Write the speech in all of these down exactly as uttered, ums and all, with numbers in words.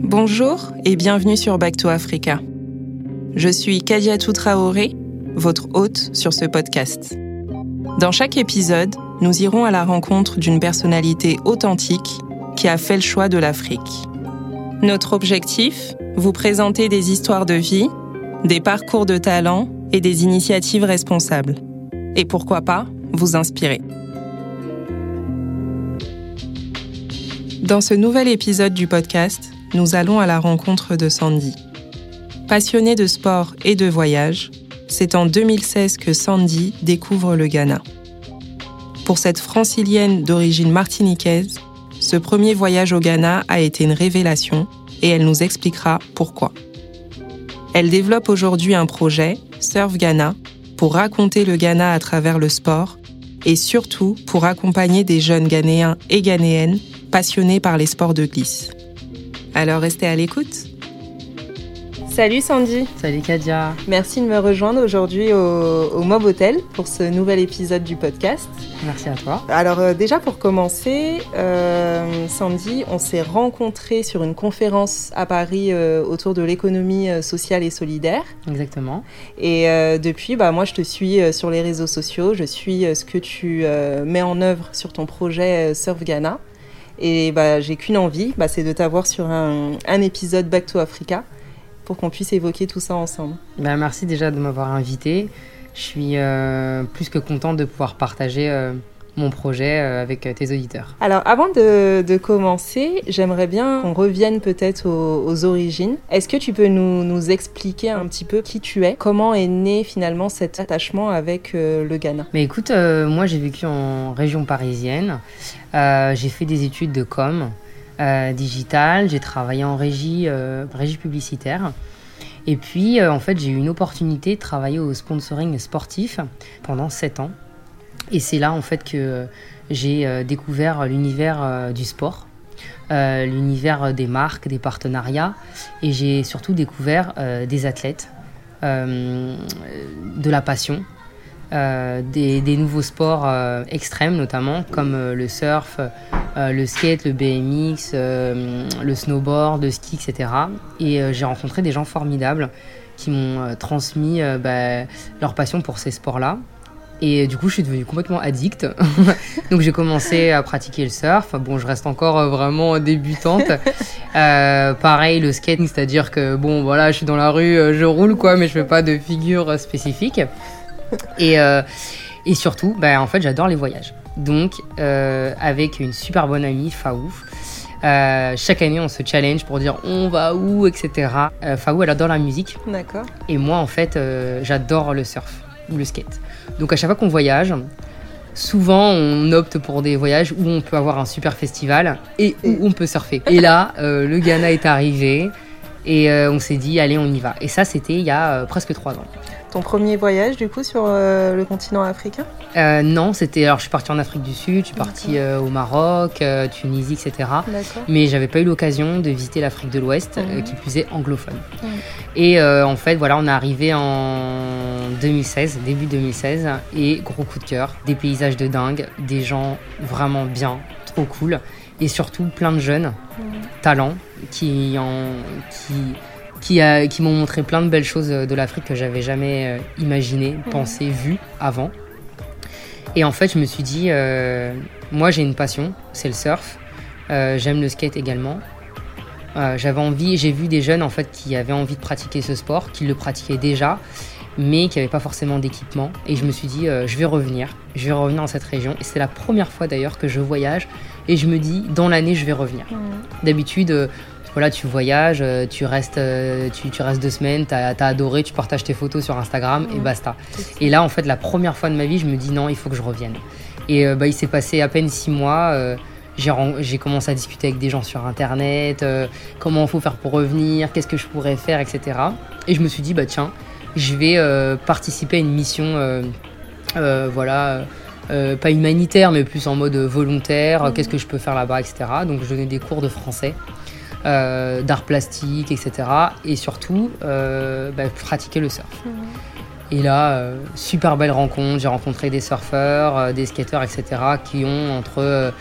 Bonjour et bienvenue sur Back to Africa. Je suis Kadiatou Traoré, votre hôte sur ce podcast. Dans chaque épisode, nous irons à la rencontre d'une personnalité authentique qui a fait le choix de l'Afrique. Notre objectif, vous présenter des histoires de vie, des parcours de talent et des initiatives responsables. Et pourquoi pas, vous inspirer. Dans ce nouvel épisode du podcast, nous allons à la rencontre de Sandy. Passionnée de sport et de voyage, c'est en deux mille seize que Sandy découvre le Ghana. Pour cette francilienne d'origine martiniquaise, ce premier voyage au Ghana a été une révélation et elle nous expliquera pourquoi. Elle développe aujourd'hui un projet, Surf Ghana, pour raconter le Ghana à travers le sport et surtout pour accompagner des jeunes Ghanéens et Ghanéennes passionnés par les sports de glisse. Alors restez à l'écoute. Salut Sandy. Salut Kadia. Merci de me rejoindre aujourd'hui au, au Mob Hotel pour ce nouvel épisode du podcast. Merci à toi. Alors euh, déjà pour commencer, euh, Sandy, on s'est rencontrés sur une conférence à Paris euh, autour de l'économie euh, sociale et solidaire. Exactement. Et euh, depuis, bah, moi je te suis euh, sur les réseaux sociaux, je suis euh, ce que tu euh, mets en œuvre sur ton projet euh, Surf Ghana. Et bah, j'ai qu'une envie, bah, c'est de t'avoir sur un, un épisode Back to Africa pour qu'on puisse évoquer tout ça ensemble. Bah, merci déjà de m'avoir invitée. Je suis euh, plus que contente de pouvoir partager euh, mon projet euh, avec euh, tes auditeurs. Alors avant de, de commencer, j'aimerais bien qu'on revienne peut-être aux, aux origines. Est-ce que tu peux nous, nous expliquer un petit peu qui tu es ? Comment est né finalement cet attachement avec euh, le Ghana ? Mais écoute, euh, moi j'ai vécu en région parisienne. Euh, j'ai fait des études de com, euh, digital. J'ai travaillé en régie, euh, régie publicitaire. Et puis, euh, en fait, j'ai eu une opportunité de travailler au sponsoring sportif pendant sept ans. Et c'est là, en fait, que j'ai euh, découvert l'univers euh, du sport, euh, l'univers des marques, des partenariats. Et j'ai surtout découvert euh, des athlètes, euh, de la passion, euh, des, des nouveaux sports euh, extrêmes, notamment, comme euh, le surf, euh, le skate, le B M X, euh, le snowboard, le ski, et cetera. Et euh, j'ai rencontré des gens formidables qui m'ont euh, transmis euh, bah, leur passion pour ces sports-là. Et du coup, je suis devenue complètement addict. Donc, j'ai commencé à pratiquer le surf. Bon, je reste encore vraiment débutante. Euh, pareil, le skate, c'est-à-dire que, bon, voilà, je suis dans la rue, je roule, quoi, mais je fais pas de figure spécifique. Et, euh, et surtout, bah, en fait, j'adore les voyages. Donc, euh, avec une super bonne amie, Faou, euh, chaque année, on se challenge pour dire on va où, et cetera. Euh, Faou, elle adore la musique. D'accord. Et moi, en fait, euh, j'adore le surf ou le skate. Donc à chaque fois qu'on voyage, souvent on opte pour des voyages où on peut avoir un super festival et où on peut surfer. Et là, euh, le Ghana est arrivé et euh, on s'est dit allez, on y va. Et ça, c'était il y a euh, presque trois ans. Ton premier voyage du coup sur euh, le continent africain ? euh, Non, c'était alors je suis partie en Afrique du Sud, je suis partie euh, au Maroc, euh, Tunisie, et cetera. D'accord. Mais j'avais pas eu l'occasion de visiter l'Afrique de l'Ouest, Mmh. euh, qui plus est anglophone. Mmh. Et euh, en fait, voilà, on est arrivé en deux mille seize, début deux mille seize, et gros coup de cœur, des paysages de dingue, des gens vraiment bien, trop cool, et surtout plein de jeunes mmh. talents qui en qui Qui, a, qui m'ont montré plein de belles choses de l'Afrique que j'avais jamais euh, imaginé, mmh. pensé, vu avant. Et en fait, je me suis dit, euh, moi j'ai une passion, c'est le surf. Euh, j'aime le skate également. Euh, j'avais envie, j'ai vu des jeunes en fait qui avaient envie de pratiquer ce sport, qui le pratiquaient déjà, mais qui n'avaient pas forcément d'équipement. Et je me suis dit, euh, je vais revenir, je vais revenir dans cette région. Et c'est la première fois d'ailleurs que je voyage. Et je me dis, dans l'année, je vais revenir. Mmh. D'habitude, euh, voilà, tu voyages, tu restes, tu, tu restes deux semaines, t'as, t'as adoré, tu partages tes photos sur Instagram mmh. et basta. Et là, en fait, la première fois de ma vie, je me dis non, il faut que je revienne. Et euh, bah, il s'est passé à peine six mois. Euh, j'ai, j'ai commencé à discuter avec des gens sur Internet, euh, comment il faut faire pour revenir, qu'est-ce que je pourrais faire, et cetera. Et je me suis dit, bah tiens, je vais euh, participer à une mission, euh, euh, voilà. Euh, pas humanitaire, mais plus en mode volontaire, mmh. qu'est-ce que je peux faire là-bas, et cetera. Donc je donnais des cours de français. Euh, d'art plastique, et cetera. Et surtout, euh, bah, pratiquer le surf. Mmh. Et là, euh, super belle rencontre. J'ai rencontré des surfeurs, euh, des skateurs, et cetera qui ont entre euh,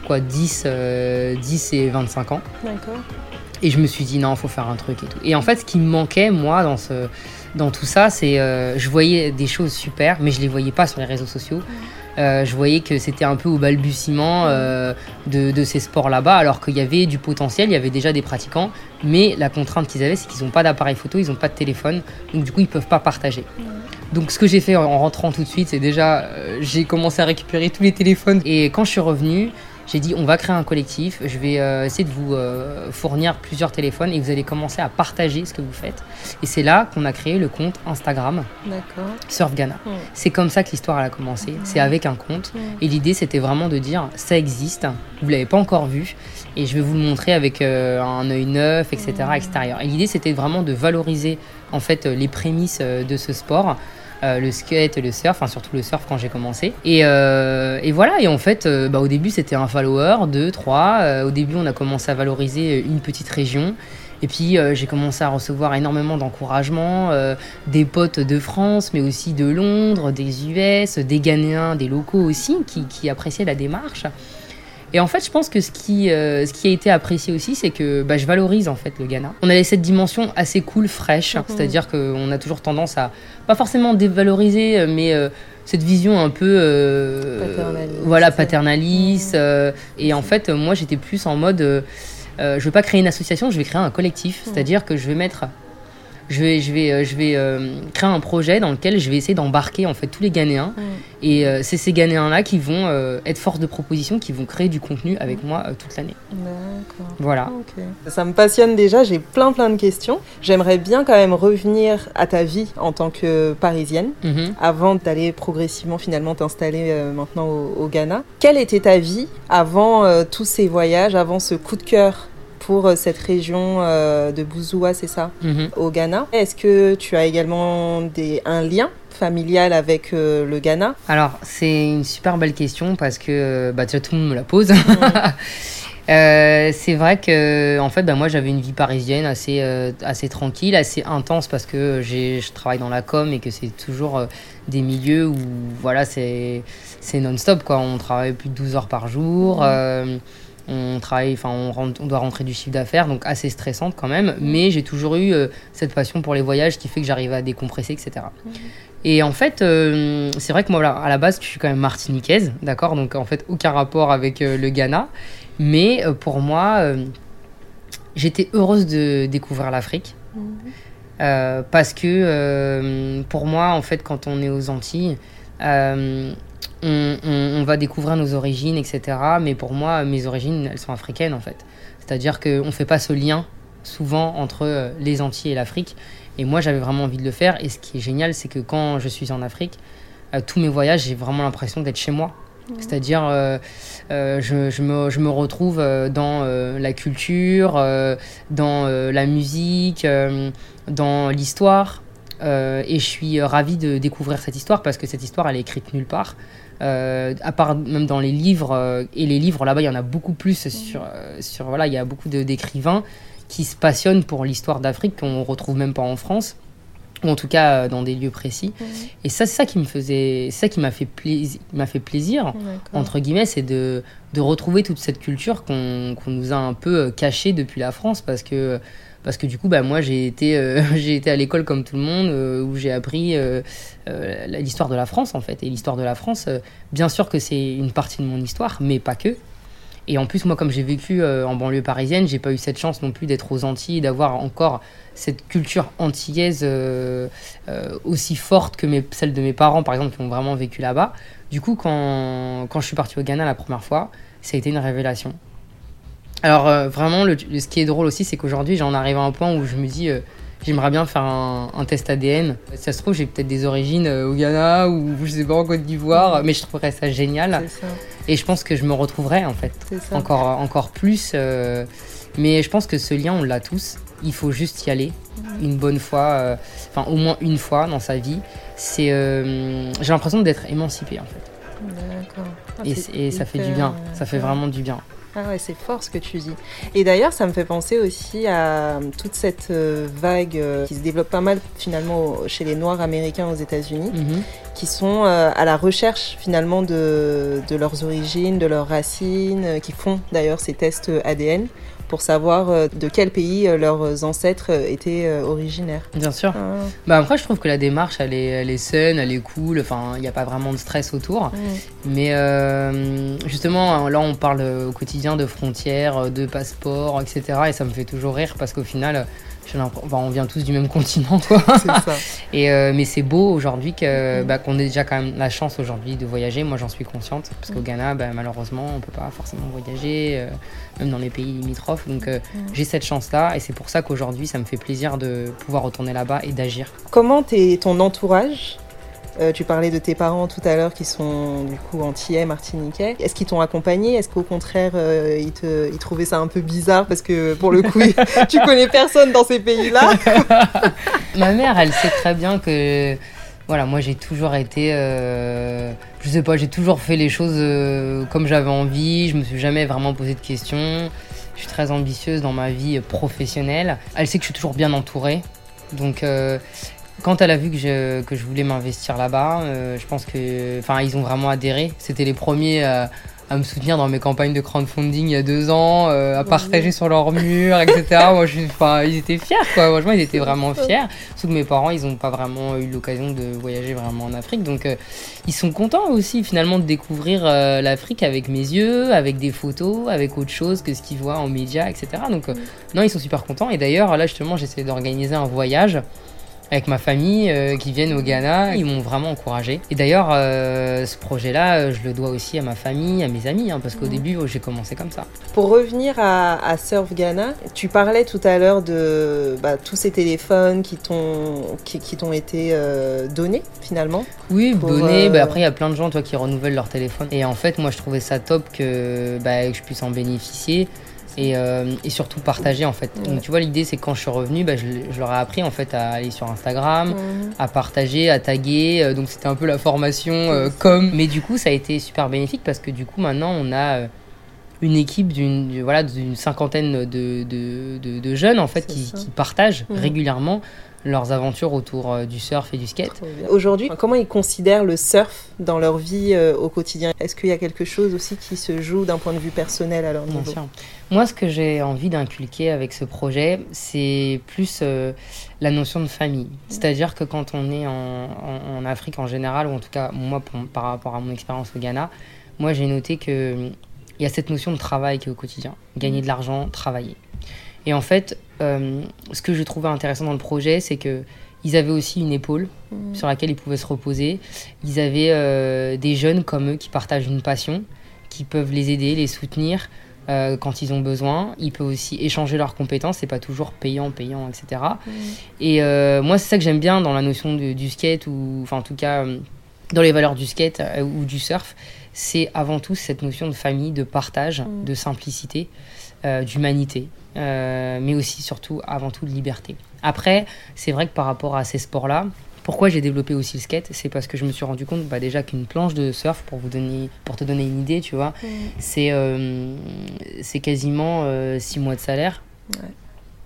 quoi, dix, euh, dix et vingt-cinq ans. D'accord. Et je me suis dit, non, il faut faire un truc et tout. Et en fait, ce qui me manquait, moi, dans, ce, dans tout ça, c'est euh, je voyais des choses super, mais je ne les voyais pas sur les réseaux sociaux. Euh, je voyais que c'était un peu au balbutiement euh, de, de ces sports là-bas, alors qu'il y avait du potentiel, il y avait déjà des pratiquants, mais la contrainte qu'ils avaient, c'est qu'ils n'ont pas d'appareil photo, ils n'ont pas de téléphone, donc du coup, ils ne peuvent pas partager. Donc ce que j'ai fait en rentrant tout de suite, c'est déjà, euh, j'ai commencé à récupérer tous les téléphones. Et quand je suis revenue, j'ai dit, on va créer un collectif, je vais euh, essayer de vous euh, fournir plusieurs téléphones et vous allez commencer à partager ce que vous faites. Et c'est là qu'on a créé le compte Instagram Surf Ghana. Mmh. C'est comme ça que l'histoire elle a commencé, mmh. c'est avec un compte. Mmh. Et l'idée, c'était vraiment de dire, ça existe, vous ne l'avez pas encore vu, et je vais vous le montrer avec euh, un œil neuf, et cetera, mmh. extérieur. Et l'idée, c'était vraiment de valoriser en fait, les prémices de ce sport. Euh, le skate, le surf, enfin surtout le surf quand j'ai commencé. Et, euh, et voilà, et en fait, euh, bah, au début c'était un follower, deux, trois. Euh, au début on a commencé à valoriser une petite région. Et puis euh, j'ai commencé à recevoir énormément d'encouragement, euh, des potes de France, mais aussi de Londres, des U S, des Ghanéens, des locaux aussi, qui, qui appréciaient la démarche. Et en fait, je pense que ce qui, euh, ce qui a été apprécié aussi, c'est que bah, je valorise en fait le Ghana. On avait cette dimension assez cool, fraîche, mmh. c'est-à-dire qu'on a toujours tendance à, pas forcément dévaloriser, mais euh, cette vision un peu euh, paternaliste, voilà, paternaliste. Mmh. Euh, et en fait, moi, j'étais plus en mode, euh, euh, je veux pas créer une association, je vais créer un collectif, mmh. c'est-à-dire que je vais mettre... Je vais, je vais, je vais euh, créer un projet dans lequel je vais essayer d'embarquer en fait tous les Ghanéens. Mmh. Et euh, c'est ces Ghanéens-là qui vont euh, être force de proposition, qui vont créer du contenu avec moi euh, toute l'année. D'accord. Voilà. Okay. Ça me passionne déjà, j'ai plein plein de questions. J'aimerais bien quand même revenir à ta vie en tant que Parisienne, mmh. avant d'aller progressivement finalement t'installer euh, maintenant au, au Ghana. Quelle était ta vie avant euh, tous ces voyages, avant ce coup de cœur pour cette région euh, de Bouzouwa, c'est ça, mmh. au Ghana? Est-ce que tu as également des, un lien familial avec euh, le Ghana? Alors, c'est une super belle question parce que bah, déjà tout le monde me la pose. Mmh. euh, c'est vrai que en fait, bah, moi, j'avais une vie parisienne assez, euh, assez tranquille, assez intense parce que j'ai, je travaille dans la com et que c'est toujours euh, des milieux où voilà, c'est, c'est non-stop, quoi. On travaille plus de douze heures par jour. Mmh. Euh, On travaille, enfin, on, rentre, on doit rentrer du chiffre d'affaires, donc assez stressante quand même. Mmh. Mais j'ai toujours eu euh, cette passion pour les voyages qui fait que j'arrive à décompresser, et cetera. Mmh. Et en fait, euh, c'est vrai que moi, voilà, à la base, je suis quand même martiniquaise, d'accord. Donc en fait, aucun rapport avec euh, le Ghana. Mais euh, pour moi, euh, j'étais heureuse de découvrir l'Afrique. Mmh. Euh, parce que euh, pour moi, en fait, quand on est aux Antilles, euh, On, on, on va découvrir nos origines, et cetera. Mais pour moi, mes origines, elles sont africaines, en fait. C'est-à-dire qu'on ne fait pas ce lien, souvent, entre les Antilles et l'Afrique. Et moi, j'avais vraiment envie de le faire. Et ce qui est génial, c'est que quand je suis en Afrique, euh, tous mes voyages, j'ai vraiment l'impression d'être chez moi. Mmh. C'est-à-dire, euh, euh, je, je, me, je me retrouve dans euh, la culture, euh, dans euh, la musique, euh, dans l'histoire. Euh, et je suis ravie de découvrir cette histoire parce que cette histoire, elle est écrite nulle part. Euh, à part même dans les livres, euh, et les livres là-bas il y en a beaucoup plus sur, euh, sur voilà, il y a beaucoup de, d'écrivains qui se passionnent pour l'histoire d'Afrique qu'on retrouve même pas en France, ou en tout cas euh, dans des lieux précis. Mmh. Et ça c'est ça qui me faisait, c'est ça qui m'a fait plaisir, m'a fait plaisir entre guillemets, c'est de, de retrouver toute cette culture qu'on, qu'on nous a un peu cachée depuis la France, parce que Parce que du coup, bah, moi, j'ai été, euh, j'ai été à l'école comme tout le monde, euh, où j'ai appris euh, euh, l'histoire de la France, en fait. Et l'histoire de la France, euh, bien sûr que c'est une partie de mon histoire, mais pas que. Et en plus, moi, comme j'ai vécu euh, en banlieue parisienne, j'ai pas eu cette chance non plus d'être aux Antilles, d'avoir encore cette culture antillaise euh, euh, aussi forte que mes, celle de mes parents, par exemple, qui ont vraiment vécu là-bas. Du coup, quand, quand je suis partie au Ghana la première fois, ça a été une révélation. Alors euh, vraiment, le, le, ce qui est drôle aussi, c'est qu'aujourd'hui, j'en arrive à un point où je me dis, euh, j'aimerais bien faire un, un test A D N. Si ça se trouve, j'ai peut-être des origines euh, au Ghana ou je sais pas, en Côte d'Ivoire, mais je trouverais ça génial. C'est ça. Et je pense que je me retrouverais en fait, encore, encore plus. Euh, mais je pense que ce lien, on l'a tous. Il faut juste y aller mmh. une bonne fois, enfin euh, au moins une fois dans sa vie. C'est, euh, j'ai l'impression d'être émancipée en fait. D'accord. Ah, et et ça fait du bien, ça fait vraiment du bien. Ah ouais, c'est fort ce que tu dis. Et d'ailleurs, ça me fait penser aussi à toute cette vague qui se développe pas mal finalement chez les Noirs américains aux États-Unis, mm-hmm. qui sont à la recherche finalement de, de leurs origines, de leurs racines, qui font d'ailleurs ces tests A D N pour savoir de quel pays leurs ancêtres étaient originaires. Bien sûr. Ah. Bah après, je trouve que la démarche, elle est, elle est saine, elle est cool. Enfin, il n'y a pas vraiment de stress autour. Mm. Mais euh, justement, là, on parle au quotidien de frontières, de passeports, et cetera. Et ça me fait toujours rire parce qu'au final, enfin, on vient tous du même continent, quoi. C'est ça. Et euh, mais c'est beau aujourd'hui que, mm. bah, qu'on ait déjà quand même la chance aujourd'hui de voyager. Moi, j'en suis consciente parce mm. qu'au Ghana, bah, malheureusement, on ne peut pas forcément voyager, euh, même dans les pays limitrophes. Donc, euh, mm. j'ai cette chance-là et c'est pour ça qu'aujourd'hui, ça me fait plaisir de pouvoir retourner là-bas et d'agir. Comment t'es ton entourage ? Euh, tu parlais de tes parents tout à l'heure qui sont du coup antillais, martiniquais. Est-ce qu'ils t'ont accompagné ? Est-ce qu'au contraire, euh, ils, te, ils trouvaient ça un peu bizarre parce que pour le coup, tu connais personne dans ces pays-là ? Ma mère, elle sait très bien que voilà, moi j'ai toujours été, euh, je sais pas, j'ai toujours fait les choses euh, comme j'avais envie. Je me suis jamais vraiment posé de questions. Je suis très ambitieuse dans ma vie professionnelle. Elle sait que je suis toujours bien entourée. Donc euh, quand elle a vu que je, que je voulais m'investir là-bas, euh, je pense que, enfin, ils ont vraiment adhéré. C'était les premiers à, à me soutenir dans mes campagnes de crowdfunding il y a deux ans, euh, à partager sur leur mur, et cetera. Moi, je, enfin, ils étaient fiers, quoi. Franchement, ils étaient vraiment fiers. Sauf que mes parents, ils n'ont pas vraiment eu l'occasion de voyager vraiment en Afrique, donc euh, ils sont contents aussi finalement de découvrir euh, l'Afrique avec mes yeux, avec des photos, avec autre chose que ce qu'ils voient en médias, et cetera. Donc euh, non, ils sont super contents. Et d'ailleurs, là justement, j'essaie d'organiser un voyage avec ma famille euh, qui viennent au Ghana. Ils m'ont vraiment encouragé. Et d'ailleurs, euh, ce projet-là, je le dois aussi à ma famille, à mes amis, hein, parce qu'au mmh. début, j'ai commencé comme ça. Pour revenir à, à Surf Ghana, tu parlais tout à l'heure de bah, tous ces téléphones qui t'ont, qui, qui t'ont été euh, donnés, finalement. Oui, pour, donnés. Euh... Bah, après, il y a plein de gens toi, qui renouvellent leur téléphone. Et en fait, moi, je trouvais ça top que, bah, que je puisse en bénéficier. Et, euh, et surtout partager en fait. Ouais. Donc tu vois, l'idée c'est que quand je suis revenue, bah, je, je leur ai appris en fait à aller sur Instagram, mmh. à partager, à taguer. Euh, donc c'était un peu la formation euh, com. Mais du coup ça a été super bénéfique parce que du coup maintenant on a euh, une équipe d'une, voilà, d'une cinquantaine de, de, de, de jeunes en fait qui, qui partagent mmh. régulièrement leurs aventures autour euh, du surf et du skate. Aujourd'hui, comment ils considèrent le surf dans leur vie euh, au quotidien ? Est-ce qu'il y a quelque chose aussi qui se joue d'un point de vue personnel à leur niveau ? Bien sûr. Moi, ce que j'ai envie d'inculquer avec ce projet, c'est plus euh, la notion de famille. C'est-à-dire que quand on est en, en, en Afrique en général, ou en tout cas moi, pour, par rapport à mon expérience au Ghana, moi j'ai noté qu'il y a cette notion de travail qui est au quotidien. Gagner de l'argent, travailler. Et en fait, euh, ce que je trouvais intéressant dans le projet, c'est qu'ils avaient aussi une épaule mmh. sur laquelle ils pouvaient se reposer. Ils avaient euh, des jeunes comme eux qui partagent une passion, qui peuvent les aider, les soutenir euh, quand ils ont besoin. Ils peuvent aussi échanger leurs compétences, c'est pas toujours payant, payant, et cetera. Mmh. Et euh, moi, c'est ça que j'aime bien dans la notion de, du skate, ou enfin en tout cas euh, dans les valeurs du skate euh, ou du surf, c'est avant tout cette notion de famille, de partage, mmh. de simplicité, euh, d'humanité. Euh, mais aussi, surtout, avant tout, de liberté. Après, c'est vrai que par rapport à ces sports-là, pourquoi j'ai développé aussi le skate ? C'est parce que je me suis rendu compte bah, déjà qu'une planche de surf, pour, vous donner, pour te donner une idée, tu vois, mmh. c'est, euh, c'est quasiment euh, six mois de salaire. Ouais. D'accord ?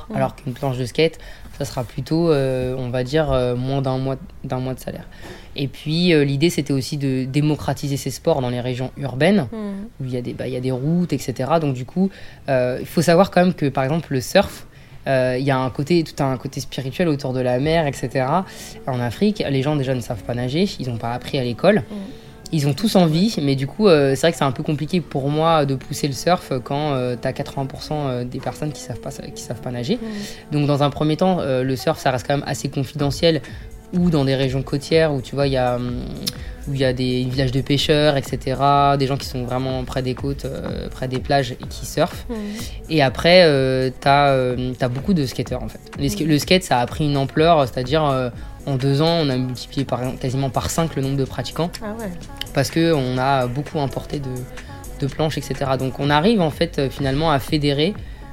Mmh. Alors qu'une planche de skate, ça sera plutôt, euh, on va dire, euh, moins d'un mois, d'un mois de salaire. Et puis, euh, l'idée, c'était aussi de démocratiser ces sports dans les régions urbaines, mmh. où il y a des, bah, il y a des routes, et cetera. Donc, du coup, euh, il faut savoir quand même que, par exemple, le surf, euh, il y a un côté, tout un côté spirituel autour de la mer, et cetera. En Afrique, les gens, déjà, ne savent pas nager, ils n'ont pas appris à l'école. Mmh. Ils ont tous envie, mais du coup, euh, c'est vrai que c'est un peu compliqué pour moi de pousser le surf quand euh, tu as quatre-vingts pour cent des personnes qui savent pas, qui savent pas nager. Mmh. Donc, dans un premier temps, euh, le surf, ça reste quand même assez confidentiel, ou dans des régions côtières où tu vois, il y a, où il y a des villages de pêcheurs, et cetera, des gens qui sont vraiment près des côtes, euh, près des plages et qui surfent. Mmh. Et après, euh, tu as euh, beaucoup de skateurs en fait. Les, mmh. Le skate, ça a pris une ampleur, c'est-à-dire euh, en deux ans, on a multiplié par, quasiment par cinq le nombre de pratiquants. Ah ouais. Parce qu'on a beaucoup importé de, de planches, et cetera. Donc on arrive en fait finalement à fédérer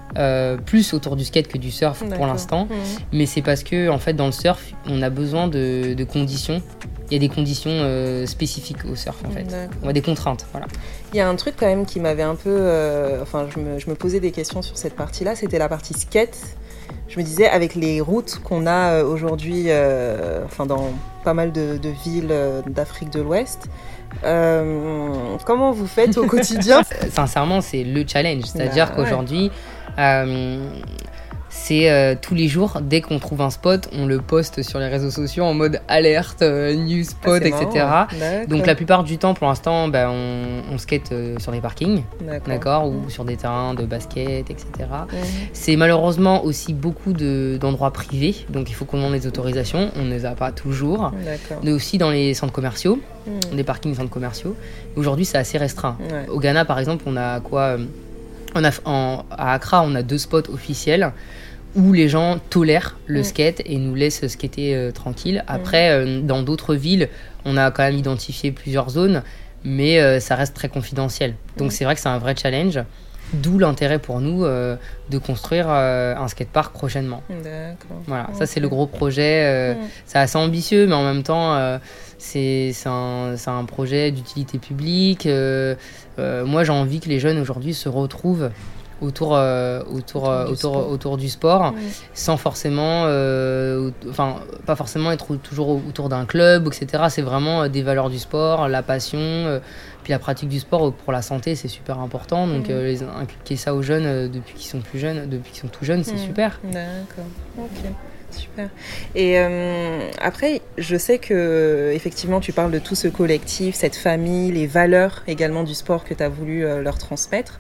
euh, plus autour du skate que du surf D'accord. pour l'instant. Mmh. Mais c'est parce que en fait, dans le surf, on a besoin de, de conditions. Il y a des conditions euh, spécifiques au surf, en fait. D'accord. On a des contraintes, voilà. Il y a un truc quand même qui m'avait un peu... Euh, enfin, je me, je me posais des questions sur cette partie-là. C'était la partie skate. Je me disais, avec les routes qu'on a aujourd'hui, euh, enfin, dans pas mal de, de villes euh, d'Afrique de l'Ouest, euh, comment vous faites au quotidien? Sincèrement, c'est le challenge. C'est-à-dire Bah, qu'aujourd'hui, euh, c'est euh, tous les jours, dès qu'on trouve un spot, on le poste sur les réseaux sociaux en mode alerte, euh, new spot, Ah, et cetera. D'accord. Donc la plupart du temps, pour l'instant, bah, on, on skate euh, sur des parkings, D'accord. d'accord, ou Mmh. sur des terrains de basket, et cetera. Mmh. C'est malheureusement aussi beaucoup de, d'endroits privés, donc il faut qu'on demande les autorisations. On ne les a pas toujours. D'accord. Mais aussi dans les centres commerciaux, Mmh. des parkings centres commerciaux. Aujourd'hui, c'est assez restreint. Ouais. Au Ghana, par exemple, on a quoi euh, on a, en, À Accra, on a deux spots officiels où les gens tolèrent le Mm. skate et nous laissent skater euh, tranquille. Après, euh, dans d'autres villes, on a quand même identifié plusieurs zones, mais euh, ça reste très confidentiel. Donc Mm. c'est vrai que c'est un vrai challenge, d'où l'intérêt pour nous euh, de construire euh, un skatepark prochainement. D'accord. Voilà, Ok. ça c'est le gros projet. euh, Mm. C'est assez ambitieux, mais en même temps, euh, c'est, c'est, un, c'est un projet d'utilité publique. Euh, euh, moi, j'ai envie que les jeunes aujourd'hui se retrouvent autour, euh, autour, Autour euh, du autour, sport. autour du sport, Mm. sans forcément, euh, enfin, pas forcément être toujours autour d'un club, et cetera. C'est vraiment euh, des valeurs du sport, la passion, euh, puis la pratique du sport pour la santé, c'est super important. Donc, Mm. euh, les, inculquer ça aux jeunes euh, depuis qu'ils sont plus jeunes, depuis qu'ils sont tout jeunes, c'est Mm. super. D'accord. Ok. Super. Et euh, après, je sais que effectivement, tu parles de tout ce collectif, cette famille, les valeurs également du sport que tu as voulu euh, leur transmettre.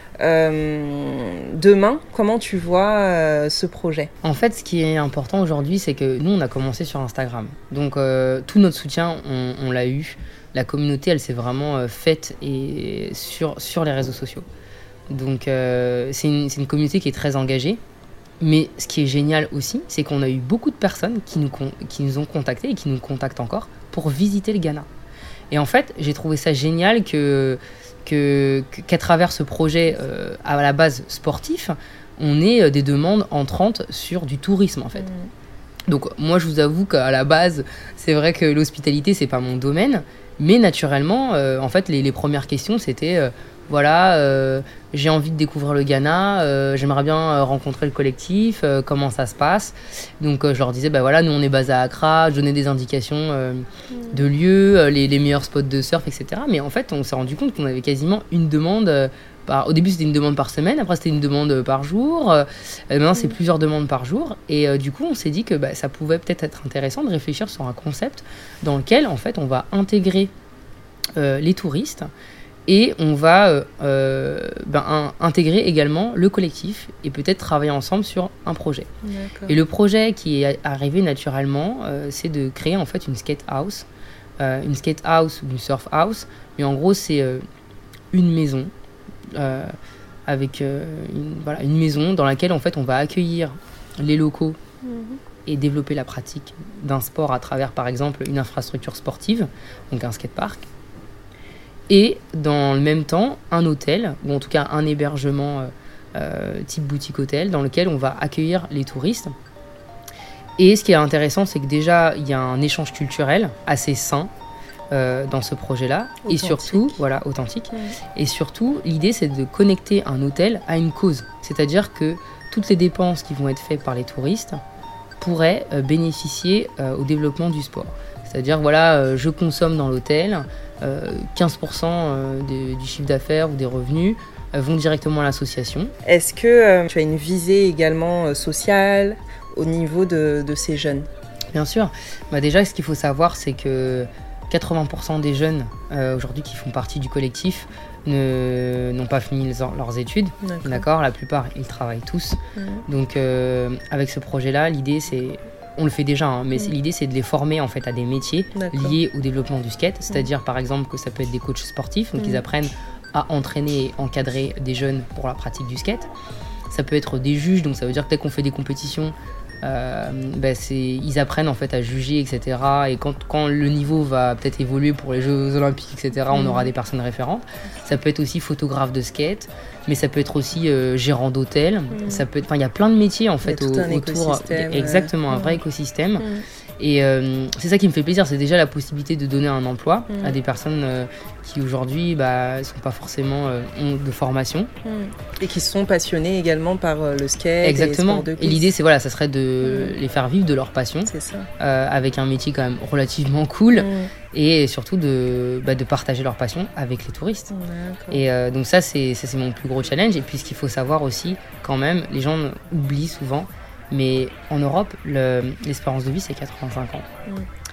Euh, demain, comment tu vois euh, ce projet? En fait, ce qui est important aujourd'hui, c'est que nous, on a commencé sur Instagram. Donc, euh, tout notre soutien, on, on l'a eu. La communauté, elle s'est vraiment euh, faite et sur, sur les réseaux sociaux. Donc, euh, c'est, une, c'est une communauté qui est très engagée. Mais ce qui est génial aussi, c'est qu'on a eu beaucoup de personnes qui nous, con- qui nous ont contactés et qui nous contactent encore pour visiter le Ghana. Et en fait, j'ai trouvé ça génial que, que, qu'à travers ce projet euh, à la base sportif, on ait des demandes entrantes sur du tourisme en fait. Mm. Donc moi, je vous avoue qu'à la base, c'est vrai que l'hospitalité, c'est pas mon domaine, mais naturellement, euh, en fait, les, les premières questions, c'était euh, voilà, euh, j'ai envie de découvrir le Ghana, euh, j'aimerais bien euh, rencontrer le collectif, euh, comment ça se passe. Donc euh, je leur disais, bah voilà, nous on est basé à Accra, je donnais des indications euh, de lieux, euh, les, les meilleurs spots de surf, et cetera. Mais en fait, on s'est rendu compte qu'on avait quasiment une demande. Euh, par... Au début, c'était une demande par semaine, après c'était une demande par jour. Euh, maintenant, c'est plusieurs demandes par jour. Et euh, du coup, on s'est dit que bah, ça pouvait peut-être être intéressant de réfléchir sur un concept dans lequel, en fait, on va intégrer euh, les touristes. Et on va euh, euh, ben, un, intégrer également le collectif et peut-être travailler ensemble sur un projet. D'accord. Et le projet qui est arrivé naturellement, euh, c'est de créer en fait une skate house, euh, une skate house ou une surf house. Mais en gros, c'est euh, une maison euh, avec euh, une, voilà, une maison dans laquelle en fait on va accueillir les locaux Mhm. et développer la pratique d'un sport à travers par exemple une infrastructure sportive, donc un skatepark. Et dans le même temps, un hôtel, ou en tout cas un hébergement euh, euh, type boutique-hôtel, dans lequel on va accueillir les touristes. Et ce qui est intéressant, c'est que déjà, il y a un échange culturel assez sain euh, dans ce projet-là. Authentique. Et surtout, voilà, authentique. Mhm. Et surtout, l'idée, c'est de connecter un hôtel à une cause. C'est-à-dire que toutes les dépenses qui vont être faites par les touristes pourraient euh, bénéficier euh, au développement du sport. C'est-à-dire, voilà, euh, je consomme dans l'hôtel, euh, quinze pour cent euh, des- du chiffre d'affaires ou des revenus euh, vont directement à l'association. Est-ce que euh, tu as une visée également euh, sociale au niveau de, de ces jeunes? Bien sûr. Bah déjà, ce qu'il faut savoir, c'est que quatre-vingts pour cent des jeunes euh, aujourd'hui qui font partie du collectif ne, n'ont pas fini les- leurs études. D'accord. D'accord. La plupart, ils travaillent tous. Mhm. Donc, euh, avec ce projet-là, l'idée, c'est... On le fait déjà, hein, mais c'est- Mm. l'idée, c'est de les former en fait, à des métiers D'accord. liés au développement du skate. C'est-à-dire, par exemple, que ça peut être des coachs sportifs, donc Mm. ils apprennent à entraîner et encadrer des jeunes pour la pratique du skate. Ça peut être des juges, donc ça veut dire que dès qu'on fait des compétitions, Euh, bah c'est, ils apprennent en fait à juger, et cetera. Et quand, quand le niveau va peut-être évoluer pour les Jeux Olympiques, et cetera, on aura des personnes référentes. Ça peut être aussi photographe de skate, mais ça peut être aussi euh, gérant d'hôtel. Mmh. Ça peut être, enfin, il y a plein de métiers en fait il y a tout au, un autour. Écosystème, exactement, ouais. un vrai écosystème. Mmh. Et euh, c'est ça qui me fait plaisir, c'est déjà la possibilité de donner un emploi mmh. à des personnes euh, qui aujourd'hui bah, sont pas forcément euh, ont de formation. Mmh. Et qui sont passionnés également par euh, le skate. Exactement. Et, de et l'idée, c'est voilà, ça serait de mmh. les faire vivre de leur passion. C'est ça. Euh, avec un métier quand même relativement cool. Mmh. Et surtout de, bah, de partager leur passion avec les touristes. D'accord. Et euh, donc ça c'est, ça, c'est mon plus gros challenge. Et puis ce qu'il faut savoir aussi, quand même, les gens oublient souvent, mais en Europe, le, l'espérance de vie, c'est quatre-vingt-cinq ans. Mm.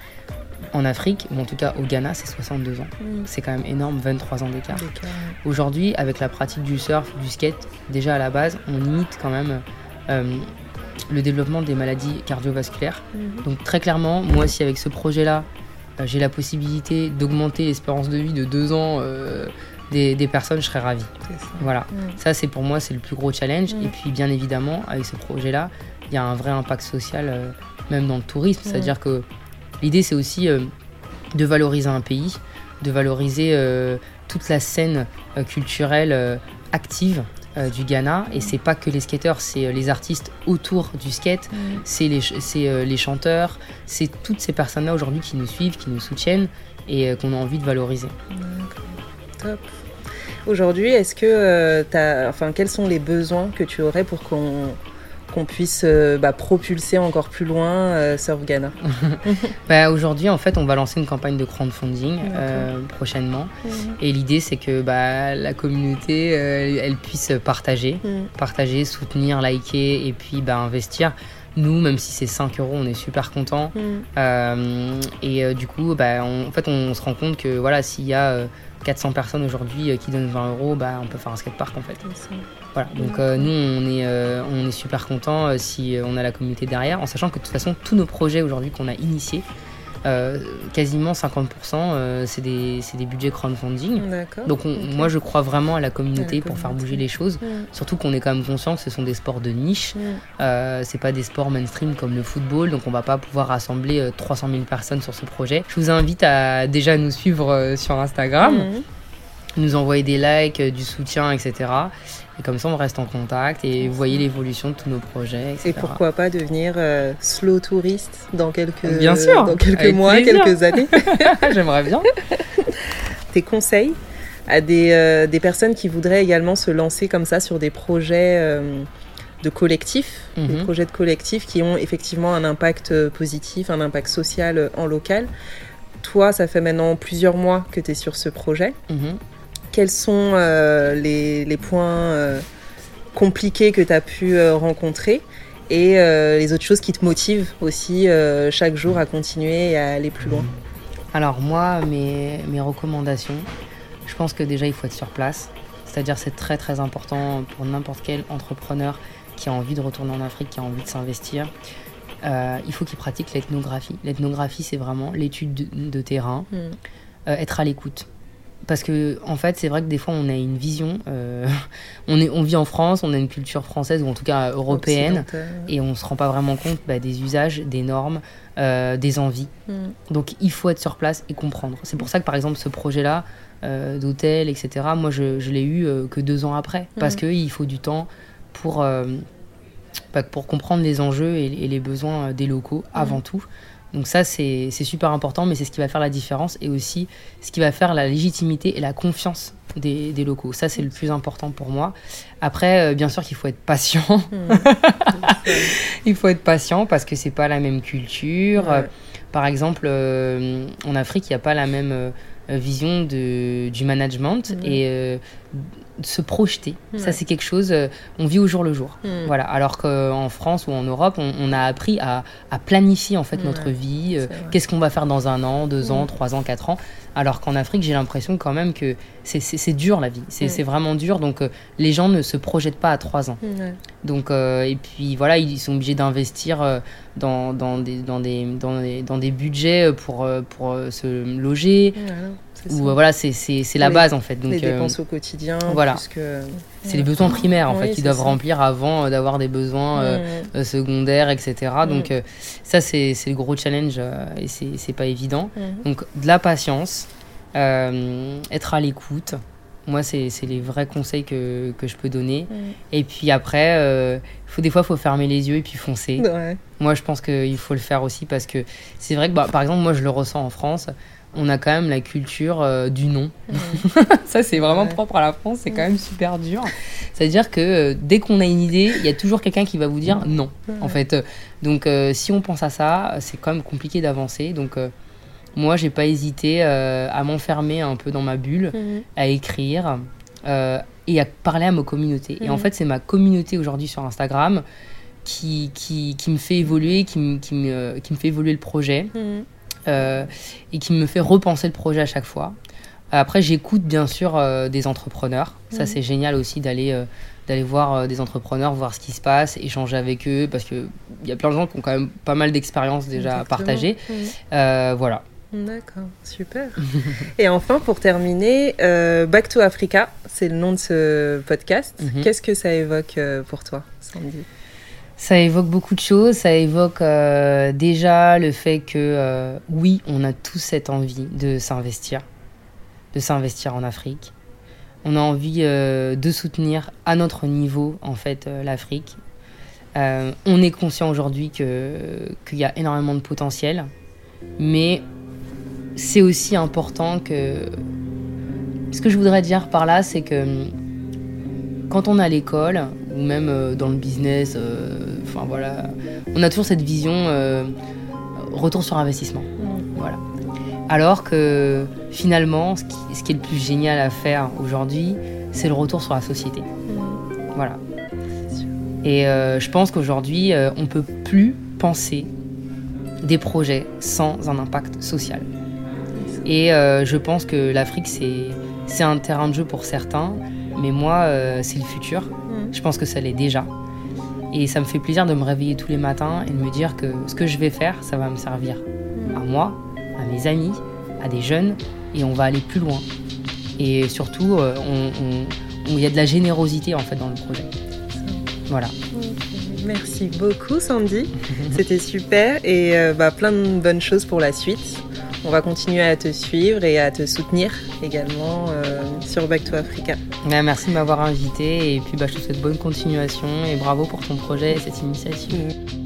En Afrique, ou en tout cas au Ghana, c'est soixante-deux ans. Mm. C'est quand même énorme, vingt-trois ans d'écart. d'écart. Aujourd'hui, avec la pratique du surf, du skate, déjà à la base, on limite quand même euh, le développement des maladies cardiovasculaires. Mm. Donc très clairement, moi aussi avec ce projet-là, euh, j'ai la possibilité d'augmenter l'espérance de vie de deux ans euh, des, des personnes, je serais ravie. C'est ça. Voilà. Mm. Ça, c'est pour moi, c'est le plus gros challenge. Mm. Et puis, bien évidemment, avec ce projet-là, il y a un vrai impact social, euh, même dans le tourisme. Mm. C'est-à-dire que l'idée, c'est aussi euh, de valoriser un pays, de valoriser euh, toute la scène euh, culturelle euh, active euh, du Ghana. Et c'est pas que les skateurs, c'est euh, les artistes autour du skate, mm. c'est, les, c'est euh, les chanteurs, c'est toutes ces personnes-là aujourd'hui qui nous suivent, qui nous soutiennent et euh, qu'on a envie de valoriser. Mm. Top. Aujourd'hui, est-ce que euh, t'as, enfin, quels sont les besoins que tu aurais pour qu'on qu'on puisse euh, bah, propulser encore plus loin euh, Surf Ghana? bah, Aujourd'hui, en fait, on va lancer une campagne de crowdfunding euh, prochainement. Mmh. Et l'idée, c'est que bah, la communauté, euh, elle puisse partager, mmh. partager, soutenir, liker et puis bah, investir. Nous, même si c'est cinq euros, on est super contents. Mmh. Euh, et euh, du coup, bah, on, en fait, on se rend compte que voilà, s'il y a euh, quatre cents personnes aujourd'hui euh, qui donnent vingt euros, bah, on peut faire un skatepark en fait. Voilà. Donc euh, nous, on est, euh, on est super contents euh, si on a la communauté derrière, en sachant que de toute façon, tous nos projets aujourd'hui qu'on a initiés, euh, quasiment cinquante pour cent, euh, c'est, des, c'est des budgets crowdfunding. D'accord. Donc on, okay. moi, je crois vraiment à la communauté, à la pour communauté. Faire bouger les choses. Mmh. Surtout qu'on est quand même conscient que ce sont des sports de niche. Mmh. Euh, c'est pas des sports mainstream comme le football, donc on va pas pouvoir rassembler euh, trois cent mille personnes sur ce projet. Je vous invite à déjà nous suivre euh, sur Instagram, mmh. nous envoyer des likes, euh, du soutien, et cetera. Et comme ça, on reste en contact et vous voyez l'évolution de tous nos projets, et cetera. Et pourquoi pas devenir euh, slow touriste dans quelques, bien sûr, dans quelques mois, plaisir. quelques années. J'aimerais bien. Tes conseils à des, euh, des personnes qui voudraient également se lancer comme ça sur des projets euh, de collectif, mm-hmm. des projets de collectif qui ont effectivement un impact positif, un impact social en local. Toi, ça fait maintenant plusieurs mois que tu es sur ce projet. Mm-hmm. Quels sont euh, les, les points euh, compliqués que tu as pu euh, rencontrer et euh, les autres choses qui te motivent aussi euh, chaque jour à continuer et à aller plus loin? Alors moi, mes, mes recommandations, je pense que déjà il faut être sur place. C'est-à-dire c'est très très important pour n'importe quel entrepreneur qui a envie de retourner en Afrique, qui a envie de s'investir. Euh, il faut qu'il pratique l'ethnographie. L'ethnographie, c'est vraiment l'étude de, de terrain, mm. euh, être à l'écoute. Parce que en fait, c'est vrai que des fois, on a une vision. Euh, on, est, on vit en France, on a une culture française ou en tout cas européenne, et on se rend pas vraiment compte bah, des usages, des normes, euh, des envies. Mm. Donc, il faut être sur place et comprendre. C'est pour ça que par exemple, ce projet-là euh, d'hôtel, et cetera. Moi, je, je l'ai eu euh, que deux ans après, mm. parce que il faut du temps pour euh, bah, pour comprendre les enjeux et, et les besoins des locaux mm. avant tout. Donc ça, c'est, c'est super important, mais c'est ce qui va faire la différence et aussi ce qui va faire la légitimité et la confiance des, des locaux. Ça, c'est le plus important pour moi. Après, euh, bien sûr qu'il faut être patient. Mmh. Il faut être patient parce que c'est pas la même culture. Ouais. Par exemple, euh, en Afrique, il n'y a pas la même euh, vision de, du management mmh. et euh, de se projeter. Ouais. Ça, c'est quelque chose, euh, on vit au jour le jour. Mmh. Voilà. Alors qu'en France ou en Europe, on, on a appris à, à planifier en fait, mmh. notre vie. Euh, qu'est-ce qu'on va faire dans un an, deux mmh. ans, trois ans, quatre ans. Alors qu'en Afrique, j'ai l'impression quand même que c'est, c'est, c'est dur la vie. C'est, mmh. c'est vraiment dur. Donc, euh, les gens ne se projettent pas à trois ans. Mmh. Donc, euh, et puis voilà, ils sont obligés d'investir euh, dans, dans, des, dans, des, dans, des, dans des budgets pour, euh, pour euh, se loger. Mmh. c'est où voilà, c'est, c'est, c'est la les, base en fait. Donc, les dépenses euh, au quotidien. Voilà. Plus que... C'est ouais. les besoins primaires en oui, fait qu'ils doivent ça. remplir avant d'avoir des besoins euh, mmh. euh, secondaires, et cetera. Mmh. Donc euh, ça c'est, c'est le gros challenge euh, et c'est, c'est pas évident. Mmh. Donc de la patience, euh, être à l'écoute. Moi, c'est, c'est les vrais conseils que, que je peux donner. Mmh. Et puis après, euh, faut, des fois, il faut fermer les yeux et puis foncer. Ouais. Moi, je pense qu'il faut le faire aussi parce que c'est vrai que, bah, par exemple, moi, je le ressens en France. On a quand même la culture euh, du non. Mmh. Ça, c'est vraiment ouais. propre à la France. C'est mmh. quand même super dur. C'est-à-dire que euh, dès qu'on a une idée, il y a toujours quelqu'un qui va vous dire non. Mmh. En fait, donc, euh, si on pense à ça, c'est quand même compliqué d'avancer. Donc... Euh, Moi, j'ai pas hésité euh, à m'enfermer un peu dans ma bulle, mmh. à écrire euh, et à parler à ma communauté. Mmh. Et en fait, c'est ma communauté aujourd'hui sur Instagram qui, qui, qui me fait évoluer, qui me, qui me, qui me fait évoluer le projet mmh. euh, et qui me fait repenser le projet à chaque fois. Après, j'écoute bien sûr euh, des entrepreneurs. Mmh. Ça, c'est génial aussi d'aller... Euh, d'aller voir euh, des entrepreneurs, voir ce qui se passe, échanger avec eux, parce qu'il y a plein de gens qui ont quand même pas mal d'expériences déjà à partager. Mmh. Euh, voilà. D'accord, super. Et enfin, pour terminer, euh, Back to Africa, c'est le nom de ce podcast. Mm-hmm. Qu'est-ce que ça évoque euh, pour toi, Sandy ? Ça évoque beaucoup de choses. Ça évoque euh, déjà le fait que, euh, oui, on a tous cette envie de s'investir, de s'investir en Afrique. On a envie euh, de soutenir à notre niveau, en fait, euh, l'Afrique. Euh, on est conscient aujourd'hui que, qu'il y a énormément de potentiel, mais... c'est aussi important que... Ce que je voudrais dire par là, c'est que quand on est à l'école, ou même dans le business, euh, enfin voilà, on a toujours cette vision euh, retour sur investissement. Mmh. Voilà. Alors que finalement, ce qui, ce qui est le plus génial à faire aujourd'hui, c'est le retour sur la société. Mmh. Voilà. Et euh, je pense qu'aujourd'hui, euh, on ne peut plus penser des projets sans un impact social. Et euh, je pense que l'Afrique, c'est, c'est un terrain de jeu pour certains, mais moi, euh, c'est le futur. Mmh. Je pense que ça l'est déjà. Et ça me fait plaisir de me réveiller tous les matins et de me dire que ce que je vais faire, ça va me servir mmh. à moi, à mes amis, à des jeunes, et on va aller plus loin. Et surtout, euh, on, on, on, y a de la générosité en fait dans le projet. Voilà. Merci beaucoup, Sandy. C'était super et euh, bah, plein de bonnes choses pour la suite. On va continuer à te suivre et à te soutenir également euh, sur Back to Africa. Ouais, merci de m'avoir invité et puis bah, je te souhaite bonne continuation et bravo pour ton projet et cette initiative.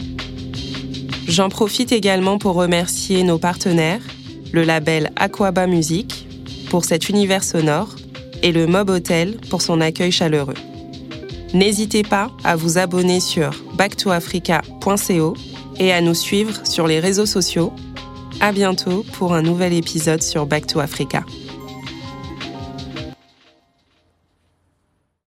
J'en profite également pour remercier nos partenaires, le label Aquaba Music pour cet univers sonore et le Mob Hotel pour son accueil chaleureux. N'hésitez pas à vous abonner sur back to africa point co et à nous suivre sur les réseaux sociaux. À bientôt pour un nouvel épisode sur Back to Africa.